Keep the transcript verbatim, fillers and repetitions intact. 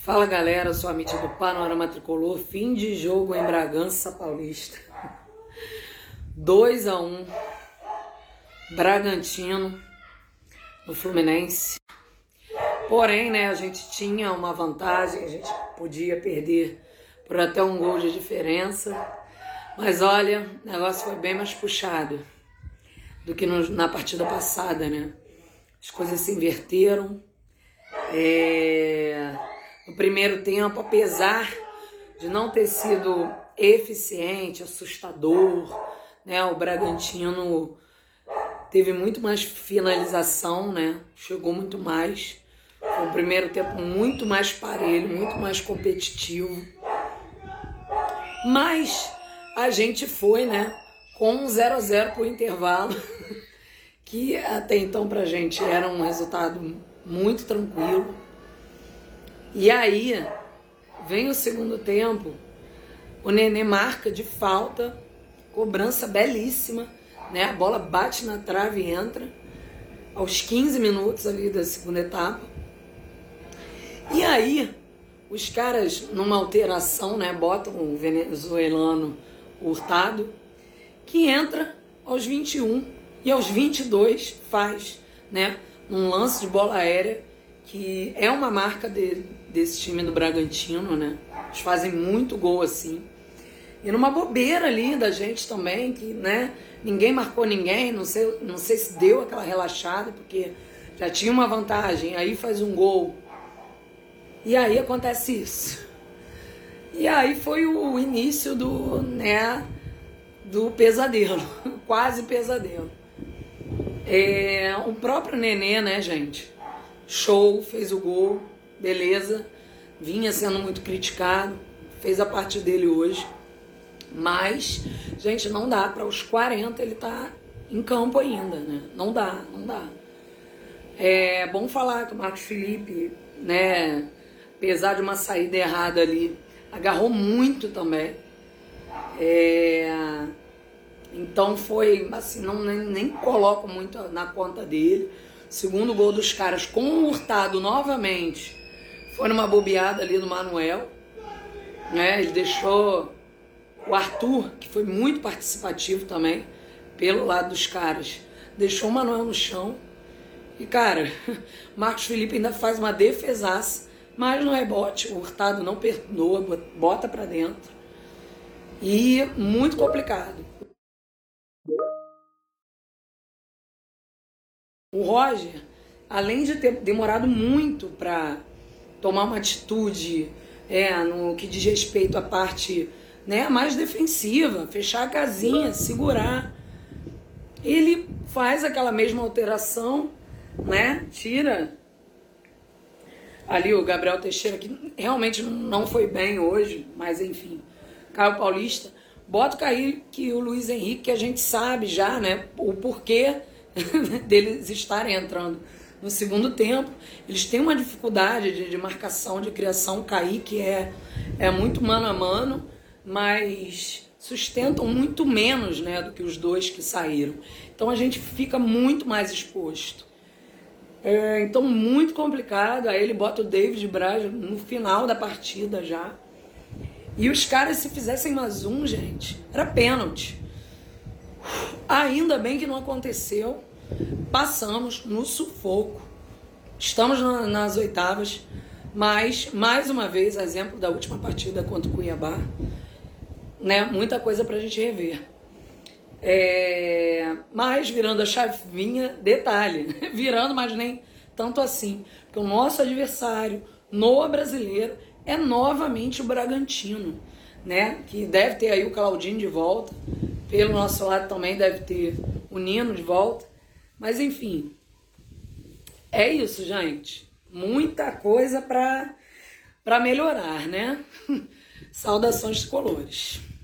Fala galera, eu sou a Mitya do Panorama Tricolor, fim de jogo em Bragança Paulista. dois a um, Bragantino no Fluminense. Porém, né, a gente tinha uma vantagem, a gente podia perder por até um gol de diferença. Mas olha, o negócio foi bem mais puxado do que no, na partida passada, né? As coisas se inverteram. É... No primeiro tempo, apesar de não ter sido eficiente, assustador, né? O Bragantino teve muito mais finalização, né? Chegou muito mais. Foi um primeiro tempo muito mais parelho, muito mais competitivo. Mas a gente foi, né? Com um zero a zero por intervalo, que até então pra gente era um resultado muito tranquilo. E aí, vem o segundo tempo, o Nenê marca de falta, cobrança belíssima, né? A bola bate na trave e entra, aos quinze minutos ali da segunda etapa. E aí, os caras, numa alteração, né, botam o venezuelano Hurtado, que entra aos vinte e um e aos vinte e dois faz, né, um lance de bola aérea, que é uma marca de, desse time do Bragantino, né? Eles fazem muito gol assim. E numa bobeira ali da gente também, que, né, ninguém marcou ninguém, não sei, não sei se deu aquela relaxada, porque já tinha uma vantagem, aí faz um gol. E aí acontece isso. E aí foi o início do, né, do pesadelo, quase pesadelo. É, o próprio Nenê, né, gente? Show, fez o gol, beleza. Vinha sendo muito criticado, fez a parte dele hoje. Mas, gente, não dá para os quarenta ele tá em campo ainda, né? Não dá, não dá. É bom falar que o Marcos Felipe, né, apesar de uma saída errada ali, agarrou muito também. É, então foi, assim, não, nem, nem coloco muito na conta dele. Segundo gol dos caras com o Hurtado novamente, foi numa bobeada ali do Manuel, né? Ele deixou o Arthur, que foi muito participativo também, pelo lado dos caras, deixou o Manuel no chão. E, cara, Marcos Felipe ainda faz uma defesaça, mas no rebote, o Hurtado não perdoa, bota pra dentro. E muito complicado. O Roger, além de ter demorado muito para tomar uma atitude, é, no que diz respeito à parte, né, mais defensiva, fechar a casinha, segurar, ele faz aquela mesma alteração, né, tira ali o Gabriel Teixeira, que realmente não foi bem hoje, mas enfim, Caio Paulista, bota o Kaique e o Luiz Henrique, que a gente sabe já, né, o porquê deles estarem entrando no segundo tempo. Eles têm uma dificuldade de, de marcação, de criação. O Kaique é, é muito mano a mano, mas sustentam muito menos, né, do que os dois que saíram. Então a gente fica muito mais exposto. É, então muito complicado. Aí ele bota o David Braz no final da partida já. E os caras, se fizessem mais um, gente, era pênalti. Ainda bem que não aconteceu. Passamos no sufoco. Estamos na, nas oitavas. Mas, mais uma vez, exemplo da última partida contra o Cuiabá, né? Muita coisa pra gente rever. É, mas virando a chavinha, detalhe, virando, mas nem tanto assim. Porque o nosso adversário no Brasileiro é novamente o Bragantino, né? Que deve ter aí o Claudinho de volta. Pelo nosso lado também deve ter o Nino de volta. Mas enfim, é isso, gente. Muita coisa para para melhorar, né? Saudações tricolores.